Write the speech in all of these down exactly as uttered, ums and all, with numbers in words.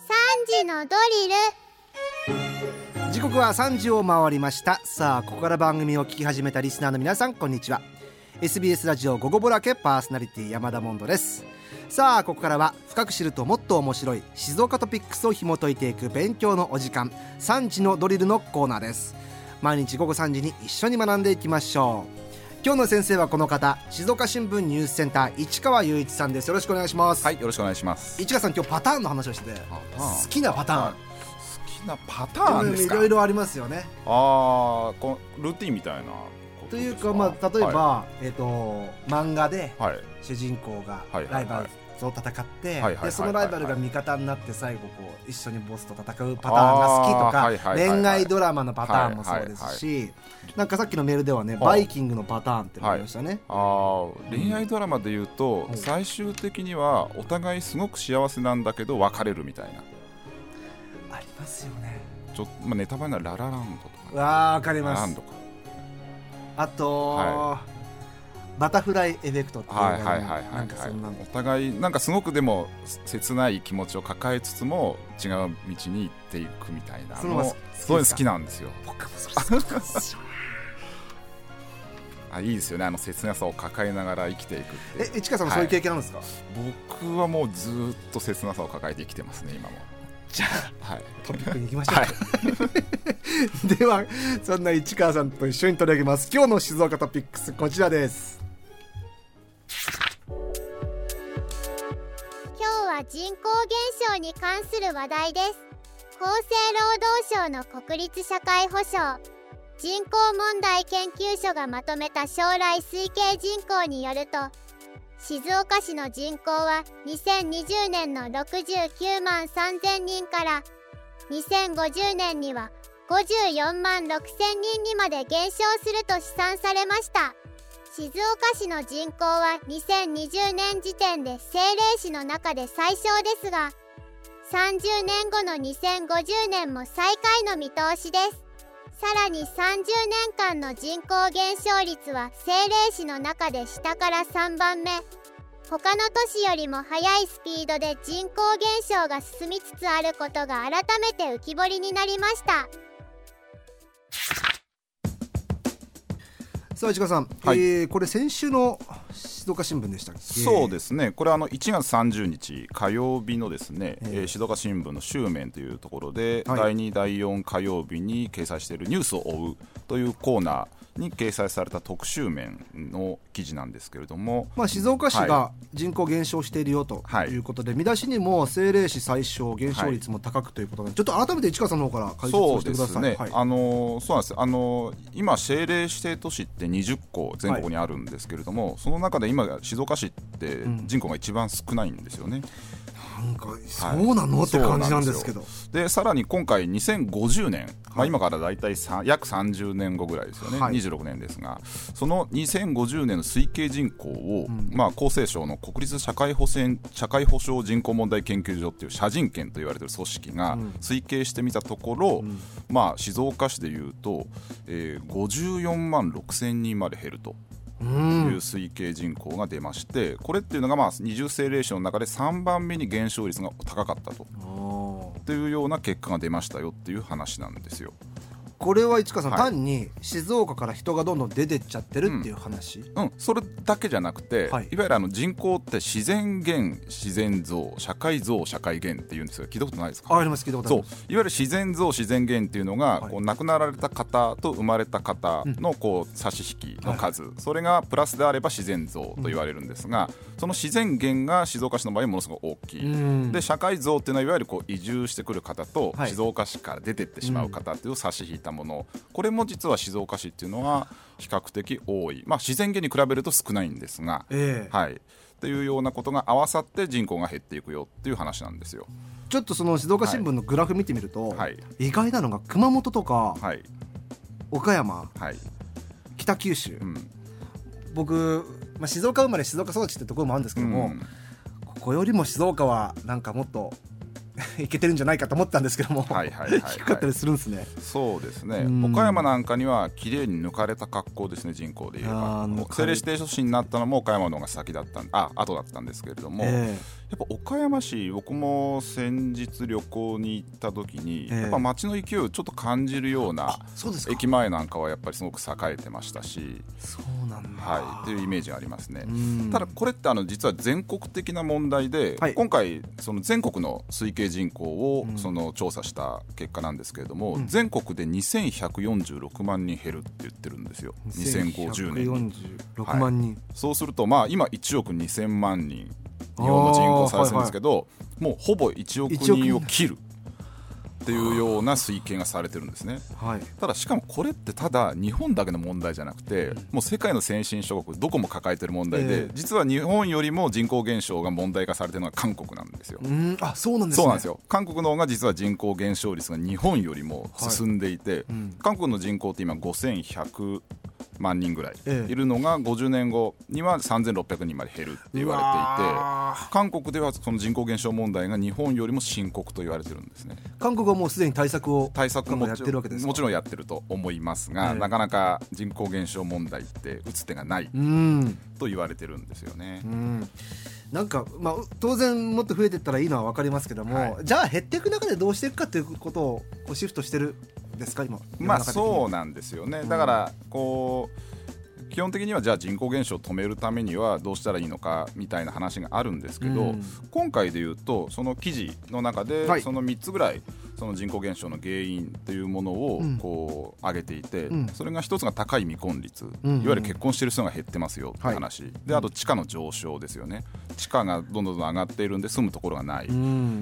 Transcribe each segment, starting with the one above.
さんじのドリル。 時刻はさんじを回りました。さあここから番組を聞き始めたリスナーの皆さん、こんにちは。 エスビーエス ラジオ午後ぼらけパーソナリティ山田モンドです。さあここからは深く知るともっと面白い静岡トピックスを紐解いていく勉強のお時間、さんじのドリルのコーナーです。毎日午後さんじに一緒に学んでいきましょう。今日の先生はこの方、静岡新聞ニュースセンター市川雄一さんです。よろしくお願いします。 はい、よろしくお願いします。 市川さん、今日パターンの話をしてて、好きなパターン、 好きなパターンですか。 いろいろありますよね。 ああ、このルーティンみたいなこととですか。 いうか、まあ、例えば、 はえー、と漫画でい、はい主人公がはいはいはいライバルと戦って、 はいはいはいでそのライバルが味方になって最後こう一緒にボスと戦うパターンが好きとか、 あーはいはいはいはい恋愛ドラマのパターンもそうですし、 はいはいなんかさっきのメールではね、 はいバイキングのパターンってのがありましたね。 あー恋愛ドラマでいうと、 うん最終的にはお互いすごく幸せなんだけど別れるみたいな。 ありますよね。 ちょっと、まあ、ネタバレならララランドとか、 わー、わかります。 ラランドか。 あと、 はバタフライエフェクトっていうのがはいはいはいはい、 なんかそんなのお互いなんかすごくでも切ない気持ちを抱えつつも違う道に行っていくみたいなのその好きそういうの好きなんですよ。 僕もそれ好きなんですよ。 あ、いいですよね、あの切なさを抱えながら生きていくっていう。 え、市川さんもそういう経験なんですか。 僕はもうずーっと切なさを抱えて生きてますね今も。 じゃあはい、 トピックに行きましょうか、 はいではそんな市川さんと一緒に取り上げます今日の静岡トピックス、こちらです。 今日は人口減少に関する話題です。厚生労働省の国立社会保障人口問題研究所がまとめた将来推計人口によると、静岡市の人口はにせんにじゅうねんのろくじゅうきゅうまんさんぜんにんからにせんごじゅうねんにはごじゅうよんまんろくせんにんにまで減少すると試算されました。静岡市の人口はにせんにじゅうねん時点で政令市の中で最小ですが、さんじゅうねんごのにせんごじゅうねんも最下位の見通しです。さらにさんじゅうねんかんの人口減少率は政令市の中で下からさんばんめ、他の都市よりも速いスピードで人口減少が進みつつあることが改めて浮き彫りになりました。 さあ市川さん、 はい、 えー、これ先週の静岡新聞でしたっけ。 そうですね、これはあのいちがつさんじゅうにち火曜日のですね、 えーえー静岡新聞の週面というところで、 はい、 だいにだいよん火曜日に掲載しているニュースを追うというコーナーに掲載された特集面の記事なんですけれども、 まあ、静岡市が人口減少しているよということで、はい、見出しにも政令市最小減少率も高くということで、はい、ちょっと改めて市川さんの方から解説をしてください。 そうですね、 はい、 あのそうなんです。あの今政令指定都市ってにじゅっこ全国にあるんですけれども、はい、その中で今静岡市って人口が一番少ないんですよね。 うん、なんかそうなの、はい、って感じなんですけど、 でさらに今回にせんごじゅうねん、はい、まあ、今からだいたい約さんじゅうねんごぐらいですよね、はい、にじゅうろくねんですが、そのにせんごじゅうねんの推計人口を、うん、まあ、厚生省の国立社会保険社会保障人口問題研究所っていう社人研と言われている組織が推計してみたところ、うん、まあ、静岡市でいうと、えー、ごじゅうよんまんろくせんにんまで減るという推計人口が出まして、これっていうのがまあ二重政令市の中でさんばんめに減少率が高かったとというような結果が出ましたよっていう話なんですよ。 これは市川さん、 はい、 単に静岡から人がどんどん出てっちゃってるっていう話、 うんうん、それだけじゃなくて、はい、いわゆるあの人口って自然減自然増社会増社会減っていうんですが、聞いたことないですか。 あります、聞いたことあります。 そう、いわゆる自然増自然減っていうのが、はい、こう亡くなられた方と生まれた方のこう差し引きの数、うん、それがプラスであれば自然増と言われるんですが、うん、その自然減が静岡市の場合ものすごく大きい、うん、で社会増っていうのはいわゆるこう移住してくる方と、はい、静岡市から出てってしまう方っていうのを差し引いたもの、これも実は静岡市っていうのは比較的多い、まあ、自然減に比べると少ないんですが、えーはい、っていうようなことが合わさって人口が減っていくよっていう話なんですよ。 ちょっとその静岡新聞のグラフ見てみると、 はい、 意外なのが熊本とか、はい、岡山、 はい、 北九州、うん、僕、まあ、静岡生まれ静岡育ちってところもあるんですけども、うん、ここよりも静岡はなんかもっといけてるんじゃないかと思ったんですけども、 はいはいはい、はい、 低かったりするんですね。 そうですね、岡山なんかには綺麗に抜かれた格好ですね、人口で言えば。政令指定都市になったのも岡山の方が先だったんあ後だったんですけれども、えー、やっぱ岡山市、僕も先日旅行に行った時に、えー、やっぱ街の勢いをちょっと感じるような駅前なんかはやっぱりすごく栄えてましたし、 そうなんだ、 はい、っていうイメージがありますね。ただこれってあの実は全国的な問題で、はい、今回その全国の推計人口をその調査した結果なんですけれども、うん、全国でにせんひゃくよんじゅうろくまんにん減るって言ってるんですよ、にせんごじゅうねんに。にせんひゃくよんじゅうろくまんにん、はい、そうするとまあ今いちおくにせんまんにん日本の人口されてるんですけど、はいはい、もうほぼいちおくにんを切るっていうような推計がされてるんですね、はい、ただしかもこれってただ日本だけの問題じゃなくて、もう世界の先進諸国どこも抱えてる問題で、えー、実は日本よりも人口減少が問題化されてるのが韓国なんですよ。 うん、あ、そうなんですね。 そうなんですよ。韓国の方が実は人口減少率が日本よりも進んでいて、はい、うん、韓国の人口って今ごせんひゃくまんにんぐらいいるのが、ごじゅうねんごにはさんぜんろっぴゃくにんまで減るって言われていて、韓国ではその人口減少問題が日本よりも深刻と言われてるんですね。 韓国はもうすでに対策を対策もやってるわけですか？ もちろんやってると思いますが、えー、なかなか人口減少問題って打つ手がないと言われてるんですよね。 うん、なんか、まあ、当然もっと増えていったらいいのは分かりますけども、はい、じゃあ減っていく中でどうしていくかということをこうシフトしてるんですか今？ まあそうなんですよね。だからこう基本的にはじゃあ人口減少を止めるためにはどうしたらいいのかみたいな話があるんですけど、うん、今回でいうとその記事の中で、はい、そのみっつぐらいその人口減少の原因というものをこう挙げていて、うん、それが一つが高い未婚率、うんうん、いわゆる結婚している人が減ってますよって話、はい、であと地価の上昇ですよね。地価がどんどん上がっているんで住むところがない、うん、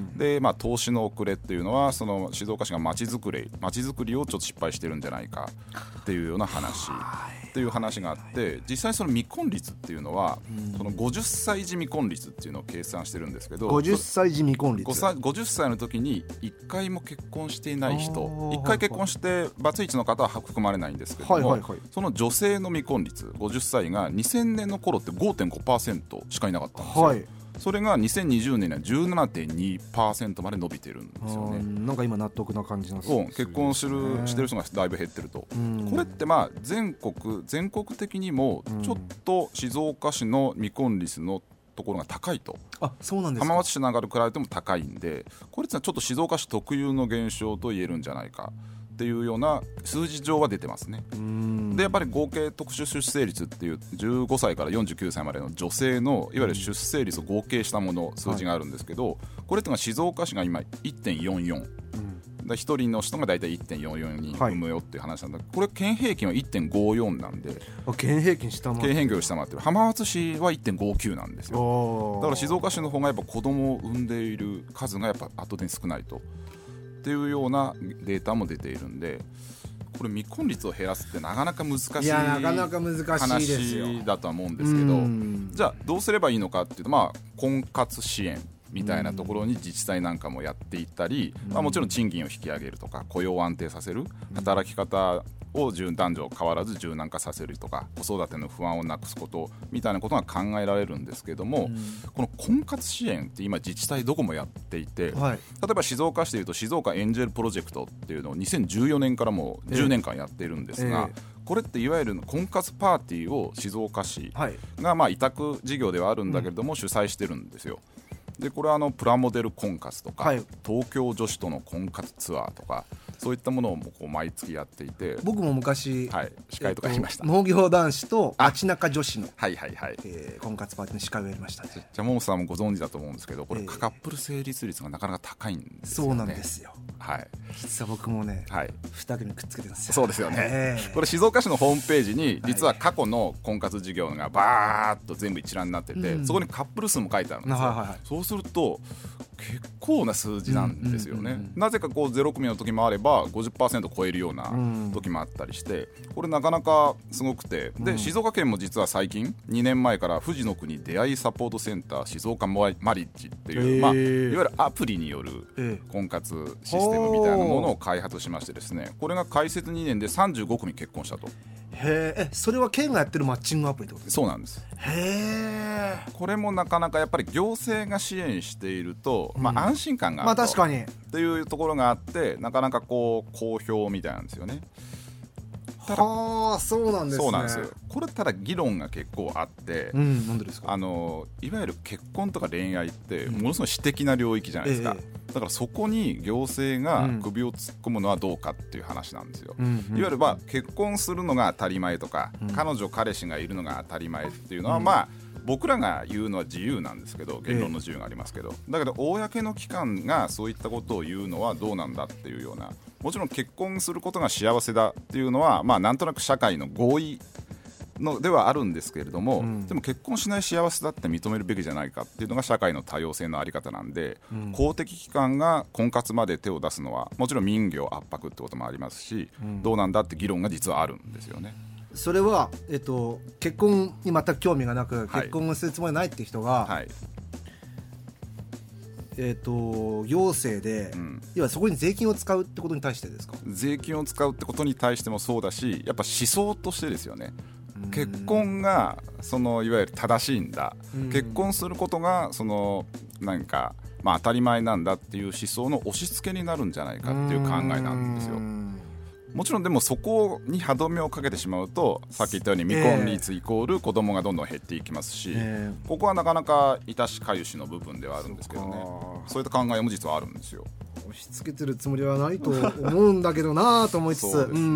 で、まあ、投資の遅れっていうのはその静岡市が街づくり街づくりをちょっと失敗してるんじゃないかっていうような話っていう話があって、実際その未婚率っていうのは、うん、そのごじゅっさい児未婚率っていうのを計算してるんですけど、 ごじゅっさい児未婚率ごじゅっさいの時にいっかいも結婚していない人、いっかい結婚してバツイチの方は含まれないんですけども、はいはいはい、その女性の未婚率ごじゅっさいがにせんねんの頃って ごてんごパーセント しかいなかったんですよ、はい、それがにせんにじゅうねんには じゅうななてんにパーセント まで伸びてるんですよね。 なんか今納得な感じなんですね。結婚するしてる人がだいぶ減ってると。これってまあ全国全国的にもちょっと静岡市の未婚率のところが高いと。 あ、そうなんですか。 浜松市なんかと比べても高いんで、これってちょっと静岡市特有の現象と言えるんじゃないかっていうような数字上は出てますね。でやっぱり合計特殊出生率っていうじゅうごさいからよんじゅうきゅうさいまでの女性のいわゆる出生率を合計したもの数字があるんですけど、はい、これっていうのは静岡市が今 いってんよんよん、うん、ひとりの人がだいたい いってんよんよん 人産むよっていう話なんだけど、これ県平均は いってんごよん なんで、 あ、県平均下回ってる。 県平均を下回ってる。浜松市は いってんごきゅう なんですよ。だから静岡市の方がやっぱ子供を産んでいる数がやっぱ圧倒的に少ないとっていうようなデータも出ているんで、これ未婚率を減らすってなかなか難しい話だとは思うんですけど、じゃあどうすればいいのかっていうと、まあ婚活支援みたいなところに自治体なんかもやっていったり、まあ、もちろん賃金を引き上げるとか雇用を安定させる、働き方を男女変わらず柔軟化させるとか、子育ての不安をなくすことみたいなことが考えられるんですけども、この婚活支援って今自治体どこもやっていて、はい、例えば静岡市でいうと静岡エンジェルプロジェクトっていうのをにせんじゅうよねんからもうじゅうねんかんやっているんですが、えーえーこれっていわゆる婚活パーティーを静岡市がまあ委託事業ではあるんだけれども主催してるんですよ。でこれはあのプラモデル婚活とか、はい、東京女子との婚活ツアーとかそういったものをこう毎月やっていて、 僕も昔、 はい、司会とかしました、 えっと、農業男子と街中女子の、 はいはいはいえー、婚活パーティーの司会をやりましたね。 じゃあ桃さんもご存知だと思うんですけど、これカップル成立率がなかなか高いんですよね。 そうなんですよ、 はい、 実は僕もね、はい、に組くっつけてるんですよ。 そうですよね、えー、これ静岡市のホームページに実は過去の婚活事業がバーッと全部一覧になってて、うん、そこにカップル数も書いてあるんですよ、はいはいはい、そうすると結構な数字なんですよね、うんうんうんうん、なぜかこうゼロ組の時もあれば ごじゅっパーセント 超えるような時もあったりして、これなかなかすごくて、で、うん、静岡県も実は最近にねんまえから富士の国出会いサポートセンター静岡マリッジっていう、まあ、いわゆるアプリによる婚活システムみたいなものを開発しましてですね、これが開設にねんでさんじゅうご組結婚したと。 へえ、それは県がやってるマッチングアプリってことですか？ そうなんです。 へえ。 これもなかなかやっぱり行政が支援しているとと、まあ、安心感があると、 まあ確かにっていうところがあってなかなかこう好評みたいなんですよね。 はあそうなんですね。 そうなんですよ。これただ議論が結構あって、 うん、なんでですか。 あのいわゆる結婚とか恋愛ってものすごい私的な領域じゃないですか、 ええ、 だからそこに行政が首を突っ込むのはどうかっていう話なんですよ、 うんうん、 いわゆるまあ結婚するのが当たり前とか、うん、彼女彼氏がいるのが当たり前っていうのは、うん、まあ僕らが言うのは自由なんですけど、言論の自由がありますけど、だけど公の機関がそういったことを言うのはどうなんだっていうような、もちろん結婚することが幸せだっていうのは、まあ、なんとなく社会の合意のではあるんですけれども、うん、でも結婚しない幸せだって認めるべきじゃないかっていうのが社会の多様性のあり方なんで、うん、公的機関が婚活まで手を出すのはもちろん民業圧迫ってこともありますし、うん、どうなんだって議論が実はあるんですよね。 それは、えっと、結婚に全く興味がなく、はい、結婚をするつもりないって人が、はい、えー、と行政で、うん、要はそこに税金を使うってことに対してですか。 税金を使うってことに対してもそうだし、やっぱ思想としてですよね。結婚がそのいわゆる正しいんだ、結婚することがそのなんか、まあ、当たり前なんだっていう思想の押し付けになるんじゃないかっていう考えなんですよ。もちろんでもそこに歯止めをかけてしまうと、さっき言ったように未婚率イコール子供がどんどん減っていきますし、えー、ここはなかなか致しかゆしの部分ではあるんですけどね。そういった考えも実はあるんですよ。 押し付けてるつもりはないと思うんだけどなと思いつつそうですね、うん、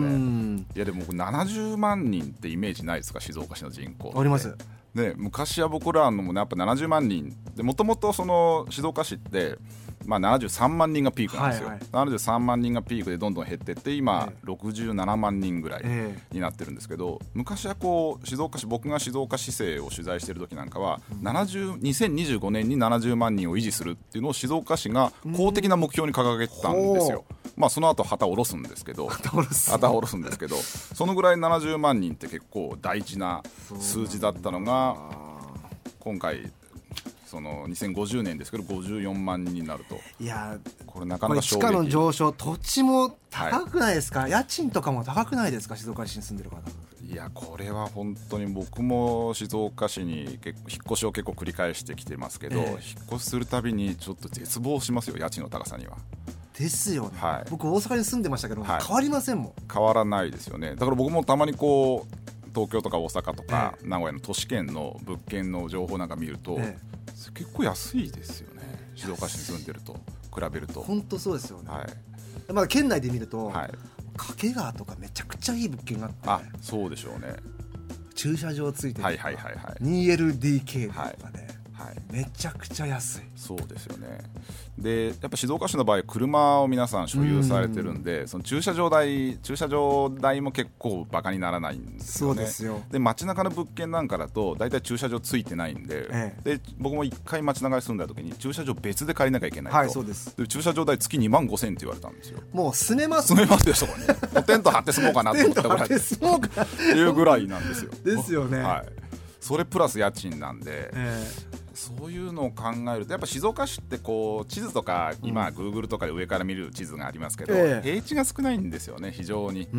いやでもななじゅうまんにんってイメージないですか、静岡市の人口。 あります、 ね、昔は僕らのも、ね、やっぱななじゅうまんにんで、もともとその静岡市ってまあ、ななじゅうさんまんにんがピークなんですよ、はいはい、ななじゅうさんまんにんがピークでどんどん減っていって今、えー、ろくじゅうななまんにんぐらいになってるんですけど、えー、昔はこう静岡市、僕が静岡市政を取材している時なんかは、うん、ななじゅうにせんにじゅうごねんにななじゅうまんにんを維持するっていうのを静岡市が公的な目標に掲げてたんですよ、うん、まあ、その後旗を下ろすんですけど旗を下ろすんですけどそのぐらいななじゅうまんにんって結構大事な数字だったのが、今回そのにせんごじゅうねんですけどごじゅうよんまんにんになると、 いやこれなかなか衝撃。 地価の上昇、土地も高くないですか、はい、家賃とかも高くないですか、静岡市に住んでる方。 いやこれは本当に僕も静岡市に結構引っ越しを結構繰り返してきてますけど、えー、引っ越しするたびにちょっと絶望しますよ、家賃の高さには。 ですよね、 はい、 僕大阪に住んでましたけど、はい、変わりませんもん。 変わらないですよね。だから僕もたまにこう東京とか大阪とか、えー、名古屋の都市圏の物件の情報なんか見ると、えー、結構安いですよね、静岡市に住んでると比べると。 本当そうですよね、 はい、 まだ県内で見ると、 はい、 掛川とかめちゃくちゃいい物件があって、 あ、そうでしょうね。 駐車場ついてるとか、 はいはいはいはい、 にエルディーケー とかね、 はいはい、 めちゃくちゃ安い。 そうですよね。でやっぱ静岡市の場合車を皆さん所有されてるんで、その駐車場代駐車場代も結構バカにならないんですよね。 そうですよ。 で街中の物件なんかだと大体駐車場ついてないんで、ええ、で僕も一回街中に住んだ時に駐車場別で借りなきゃいけないと、 はい、そうです。 で駐車場代月にまんごせんって言われたんですよ。 もう住めます住めますよそこにもうテント張って住もうかなと思ったぐらいっていうぐらいなんですよ。 ですよね、 はい、それプラス家賃なんで、 えーそういうのを考えるとやっぱ静岡市ってこう地図とか今 Google とかで上から見る地図がありますけど、 ええ、 平地が少ないんですよね非常に、うん、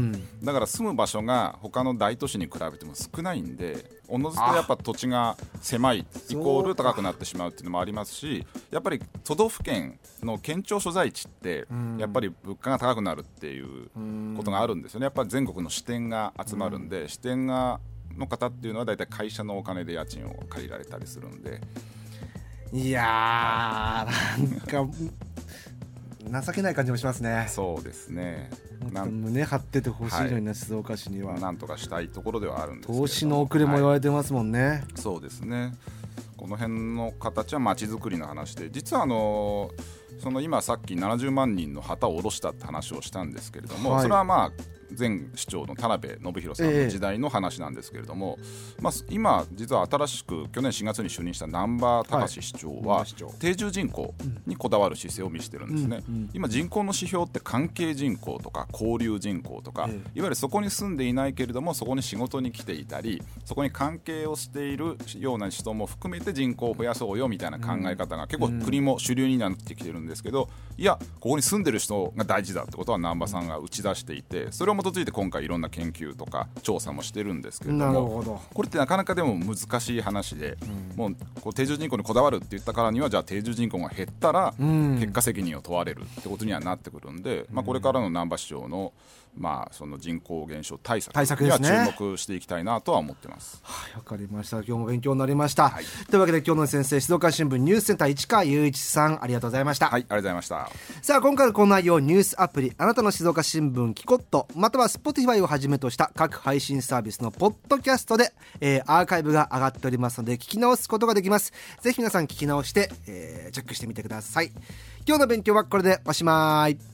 だから住む場所が他の大都市に比べても少ないんでおのずとやっぱ土地が狭いイコール高くなってしまうっていうのもありますし、やっぱり都道府県の県庁所在地ってやっぱり物価が高くなるっていうことがあるんですよね。やっぱり全国の支店が集まるんで、支店がの方っていうのはだいたい会社のお金で家賃を借りられたりするんで、 いやーなんか情けない感じもしますね。 そうですね。 胸張っててほしいのにな、はい、静岡市にはなんとかしたいところではあるんですけど、 投資の遅れも言われてますもんね、はい、 そうですね。この辺の形は街づくりの話で、実はあのその今さっきななじゅうまんにんの旗を下ろしたって話をしたんですけれども、はい、それはまあ前市長の田辺信弘さんの時代の話なんですけれども、ええまあ、今実は新しく去年しがつに就任した難波隆市長は、はい、定住人口にこだわる姿勢を見せてるんですね、うんうん、今人口の指標って関係人口とか交流人口とか、ええ、いわゆるそこに住んでいないけれどもそこに仕事に来ていたりそこに関係をしているような人も含めて人口を増やそうよみたいな考え方が結構国も主流になってきてるんですけど、いやここに住んでる人が大事だってことは難波さんが打ち出していて、それをもづいて今回いろんな研究とか調査もしてるんですけれども、 なるほど。 これってなかなかでも難しい話で、うん、もうこう定住人口にこだわるって言ったからにはじゃあ定住人口が減ったら結果責任を問われるってことにはなってくるんで、うんまあ、これからの難波市長のまあ、その人口減少対策には注目していきたいなとは思ってます。 はい、わかりました。今日も勉強になりました、はい、というわけで今日の先生、静岡新聞ニュースセンター市川雄一さん、ありがとうございました。 はい、ありがとうございました。 さあ、今回のこの内容、ニュースアプリあなたの静岡新聞キコット、または Spotify をはじめとした各配信サービスのポッドキャストで、えー、アーカイブが上がっておりますので聞き直すことができます。ぜひ皆さん聞き直して、えー、チェックしてみてください。今日の勉強はこれでおしまい。